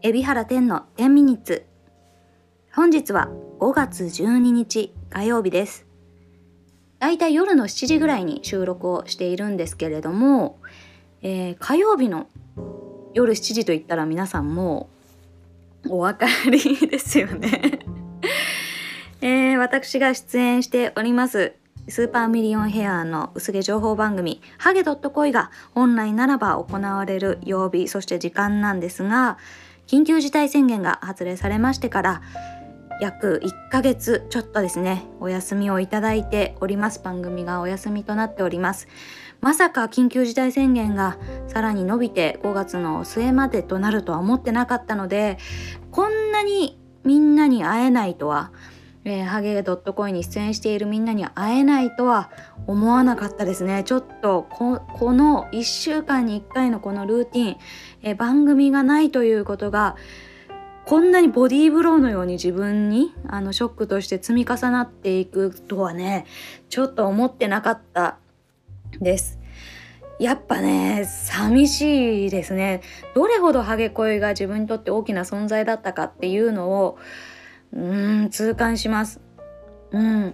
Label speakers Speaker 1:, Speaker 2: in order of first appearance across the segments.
Speaker 1: 海老原天の10ミニッツ。本日は5月12日火曜日です。だいたい夜の7時ぐらいに収録をしているんですけれども、火曜日の夜7時と言ったら皆さんもうお分かりですよね、私が出演しておりますスーパーミリオンヘアの薄毛情報番組ハゲ.恋が本来ならば行われる曜日、そして時間なんですが、緊急事態宣言が発令されましてから約1ヶ月ちょっとですね、お休みをいただいております。番組がお休みとなっております。まさか緊急事態宣言がさらに伸びて5月の末までとなるとは思ってなかったので、こんなにみんなに会えないとは、ハゲ.恋に出演しているみんなに会えないとは思わなかったですね。ちょっとこの1週間に1回のこのルーティン、番組がないということがこんなにボディーブローのように自分にショックとして積み重なっていくとはね、ちょっと思ってなかったです。やっぱね、寂しいですね。どれほどハゲ恋が自分にとって大きな存在だったかっていうのを痛感します。スー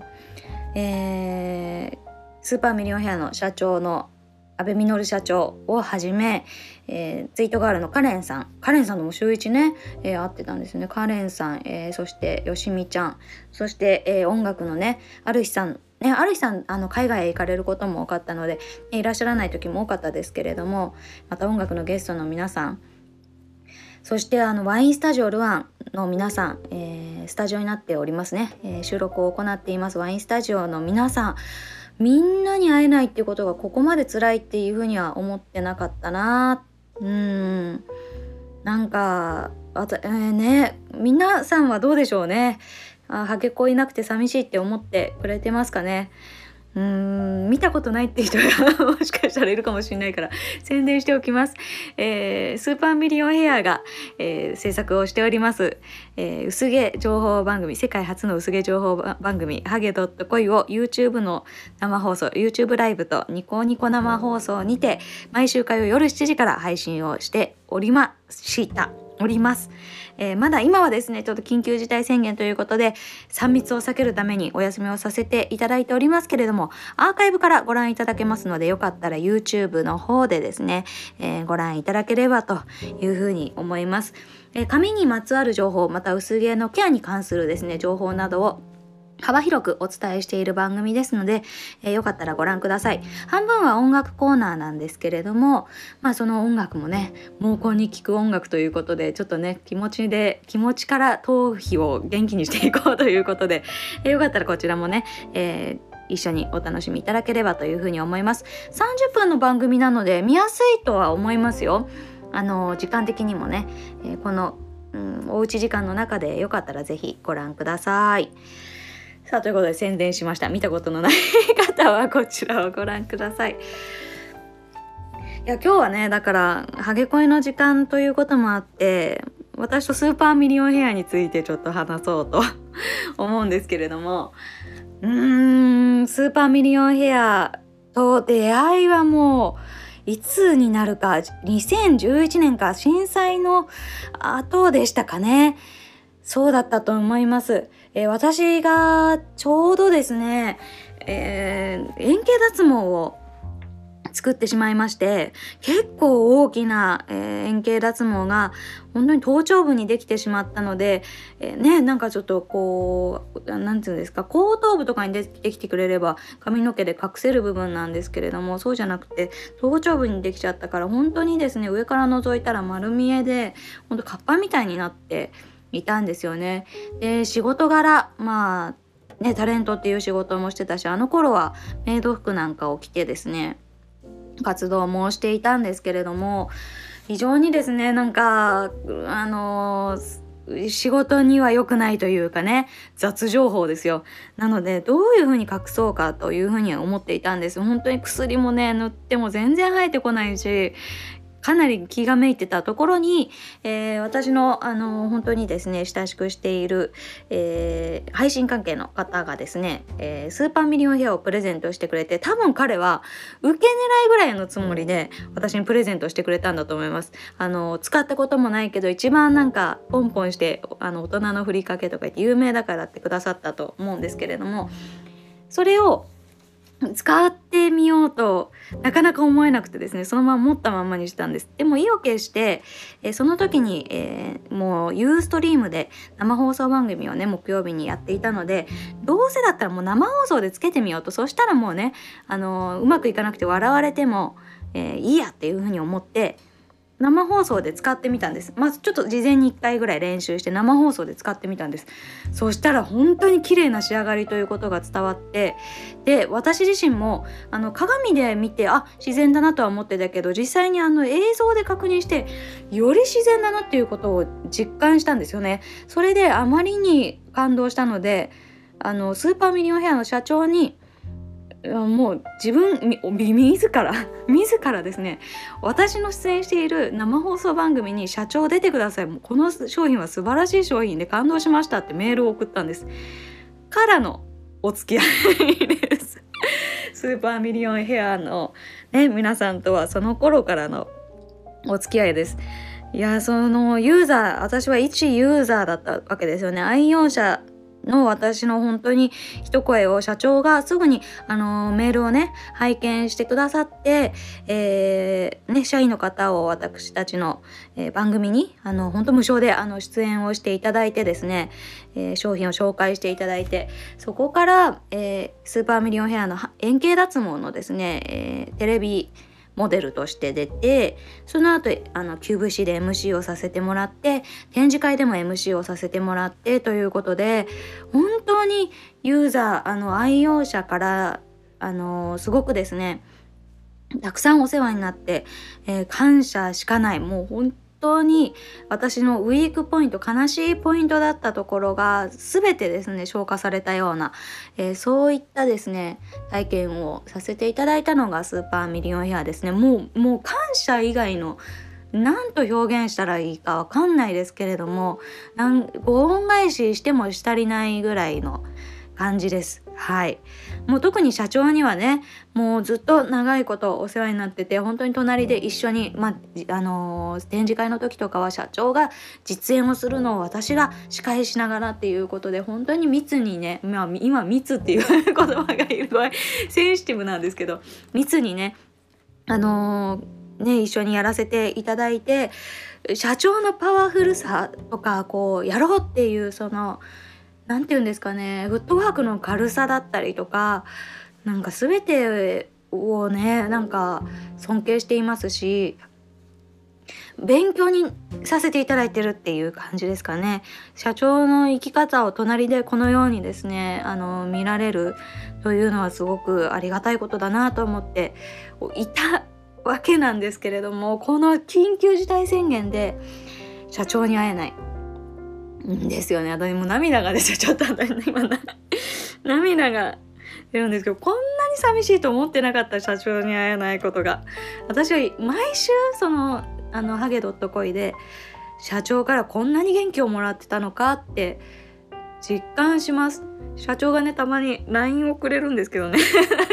Speaker 1: パーミリオンヘアの社長の阿部稔社長をはじめ、ツイートガールのカレンさんとも週一ね、会ってたんですよね。カレンさん、そしてよしみちゃん、そして、音楽のねある日さんね、ある日さん海外へ行かれることも多かったので、いらっしゃらない時も多かったですけれども、また音楽のゲストの皆さん、そしてワインスタジオルアンの皆さん、スタジオになっておりますね、収録を行っていますワインスタジオの皆さん、みんなに会えないっていうことがここまで辛いっていうふうには思ってなかったな。なんかね、皆さんはどうでしょうね。ハゲ恋いなくて寂しいって思ってくれてますかね。見たことないって人がもしかしたらいるかもしれないから宣伝しておきます。スーパーミリオンヘアが、制作をしております、薄毛情報番組、世界初の薄毛情報番組ハゲ.恋を YouTube の生放送、 YouTube ライブとニコニコ生放送にて毎週火曜夜7時から配信をしております。まだ今はですね、ちょっと緊急事態宣言ということで3密を避けるためにお休みをさせていただいておりますけれども、アーカイブからご覧いただけますので、よかったら YouTube の方でですね、ご覧いただければというふうに思います。髪にまつわる情報、また薄毛のケアに関するですね情報などを幅広くお伝えしている番組ですので、よかったらご覧ください。半分は音楽コーナーなんですけれども、その音楽もね、毛根に効く音楽ということで、ちょっとね気持ちから頭皮を元気にしていこうということで、よかったらこちらもね、一緒にお楽しみいただければというふうに思います。30分の番組なので見やすいとは思いますよ。時間的にもね、この、おうち時間の中でよかったらぜひご覧ください。さあ、ということで宣伝しました。見たことのない方はこちらをご覧ください。いや、今日はね、だからハゲ恋の時間ということもあって、私とスーパーミリオンヘアについてちょっと話そうと思うんですけれども、スーパーミリオンヘアと出会いはもういつになるか、2011年か、震災の後でしたかね。そうだったと思います。私がちょうどですね、円形脱毛を作ってしまいまして、結構大きな、円形脱毛が本当に頭頂部にできてしまったので、なんかちょっとこう、なんていうんですか、後頭部とかにできてくれれば髪の毛で隠せる部分なんですけれども、そうじゃなくて頭頂部にできちゃったから、本当にですね、上から覗いたら丸見えで、本当カッパみたいになっていたんですよね。で、仕事柄、タレントっていう仕事もしてたし、あの頃はメイド服なんかを着てですね、活動もしていたんですけれども、非常にですね、なんか仕事には良くないというかね、雑情報ですよ。なので、どういう風に隠そうかという風に思っていたんです。本当に薬もね塗っても全然生えてこないし、 かなり気がめいてたところに、私の本当にですね親しくしている、配信関係の方がですね、スーパーミリオンヘアをプレゼントしてくれて、多分彼は受け狙いぐらいのつもりで私にプレゼントしてくれたんだと思います。使ったこともないけど一番なんかポンポンして大人のふりかけとか言って有名だからってくださったと思うんですけれども、それを使ってみようとなかなか思えなくてですね、そのまま持ったまんまにしたんです。でも意を決して、その時に、もうユーストリームで生放送番組をね木曜日にやっていたので、どうせだったらもう生放送でつけてみようと。そしたらもうねうまくいかなくて笑われても、いいやっていうふうに思って生放送で使ってみたんです。まずちょっと事前に1回ぐらい練習して生放送で使ってみたんです。そしたら本当に綺麗な仕上がりということが伝わって、で私自身も鏡で見て自然だなとは思ってたけど、実際に映像で確認してより自然だなっていうことを実感したんですよね。それであまりに感動したのでスーパーミリオンヘアの社長にもう自らですね、私の出演している生放送番組に社長出てください、もうこの商品は素晴らしい商品で感動しましたってメールを送ったんです。からのお付き合いですスーパーミリオンヘアのね皆さんとはその頃からのお付き合いです。いや、そのユーザー、私は一ユーザーだったわけですよね。愛用者の私の本当に一声を社長がすぐにメールをね拝見してくださって、社員の方を私たちの、番組に本当無償で出演をしていただいてですね、商品を紹介していただいて、そこから、スーパーミリオンヘアの円形脱毛のですね、テレビモデルとして出て、その後QVC で MC をさせてもらって、展示会でも MC をさせてもらってということで、本当にユーザー愛用者からすごくですねたくさんお世話になって、感謝しかない。もう本当に私のウィークポイント、悲しいポイントだったところが全てですね消化されたような、そういったですね体験をさせていただいたのがスーパーミリオンヘアですね。もう感謝以外の何と表現したらいいかわかんないですけれども、ご恩返ししてもし足りないぐらいの感じです。はい。もう特に社長にはね、もうずっと長いことお世話になってて、本当に隣で一緒に、展示会の時とかは社長が実演をするのを私が司会しながらっていうことで、本当に密にね、今密っていう言葉がいる場合センシティブなんですけど、密にね一緒にやらせていただいて、社長のパワフルさとかやろうっていうなんて言うんですかね、フットワークの軽さだったりとか、全てをね尊敬していますし、勉強にさせていただいてるっていう感じですかね。社長の生き方を隣でこのようにですね見られるというのはすごくありがたいことだなと思っていたわけなんですけれども、この緊急事態宣言で社長に会えないんですよね。私も涙が出てちょっと今涙が出るんですけど、こんなに寂しいと思ってなかった。社長に会えないことが。私は毎週ハゲ.恋で社長からこんなに元気をもらってたのかって実感します。社長がねたまに LINE をくれるんですけどね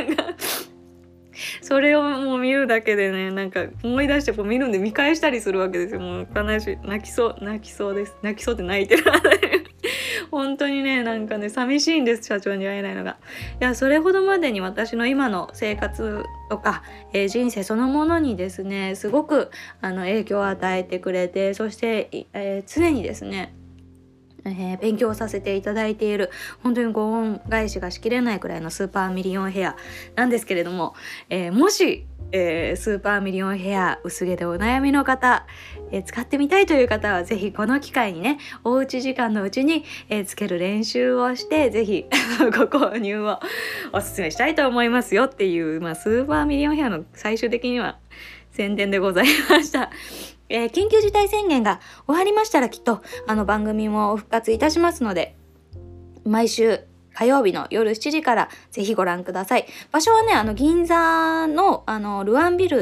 Speaker 1: それをもう見るだけでね思い出して見るんで見返したりするわけですよ。もう悲しい、泣きそうです。泣きそうって泣いてる本当にね寂しいんです、社長に会えないのが。いや、それほどまでに私の今の生活とか、人生そのものにですねすごく影響を与えてくれて、そして、常にですね勉強させていただいている、本当にご恩返しがしきれないくらいのスーパーミリオンヘアなんですけれども、もし、スーパーミリオンヘア薄毛でお悩みの方、使ってみたいという方はぜひこの機会にねおうち時間のうちに、つける練習をしてぜひご購入をお勧めしたいと思いますよっていう、スーパーミリオンヘアの最終的には宣伝でございました。緊急事態宣言が終わりましたらきっと番組も復活いたしますので、毎週火曜日の夜7時からぜひご覧ください。場所はね銀座のルアンビル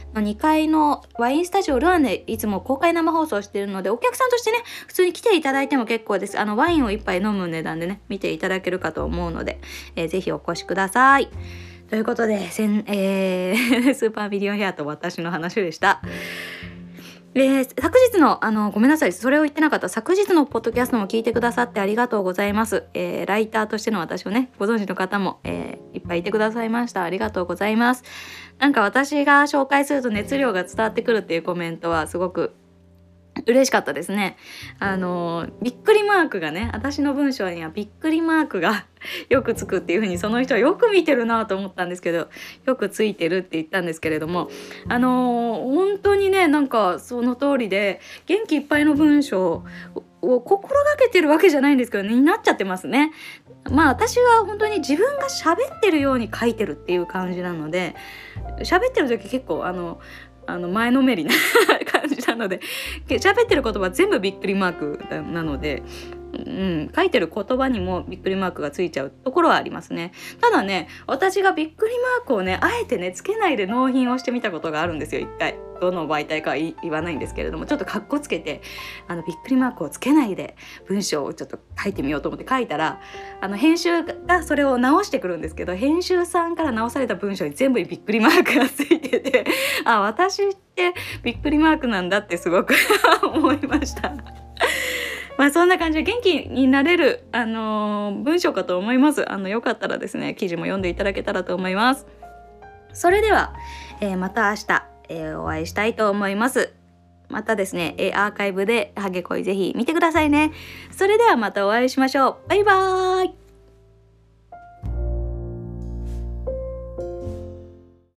Speaker 1: の2階のワインスタジオルアンでいつも公開生放送しているので、お客さんとしてね普通に来ていただいても結構です。ワインを1杯飲む値段でね見ていただけるかと思うので、ぜひお越しください。ということでスーパーミリオンヘアと私の話でした。昨日のごめんなさい、それを言ってなかった。昨日のポッドキャストも聞いてくださってありがとうございます。ライターとしての私をねご存知の方も、いっぱいいてくださいました。ありがとうございます。なんか私が紹介すると熱量が伝わってくるっていうコメントはすごく嬉しかったですね。びっくりマークがね、私の文章にはびっくりマークがよくつくっていう風に、その人はよく見てるなと思ったんですけど、よくついてるって言ったんですけれども、本当にね、なんかその通りで元気いっぱいの文章を心がけてるわけじゃないんですけどね、になっちゃってますね。まあ私は本当に自分が喋ってるように書いてるっていう感じなので、喋ってる時結構前のめりな感じなので、喋ってる言葉全部びっくりマークなので、書いてる言葉にもびっくりマークがついちゃうところはありますね。ただね、私がびっくりマークをねあえてねつけないで納品をしてみたことがあるんですよ。一回どの媒体かは言わないんですけれども、ちょっとカッコつけてびっくりマークをつけないで文章をちょっと書いてみようと思って書いたら、編集がそれを直してくるんですけど、編集さんから直された文章に全部びっくりマークがついてて、私ってびっくりマークなんだってすごく思いました。まあそんな感じで元気になれる、文章かと思います。よかったらですね記事も読んでいただけたらと思います。それでは、また明日、お会いしたいと思います。またですね、アーカイブでハゲ恋ぜひ見てくださいね。それではまたお会いしましょう。バイバーイ。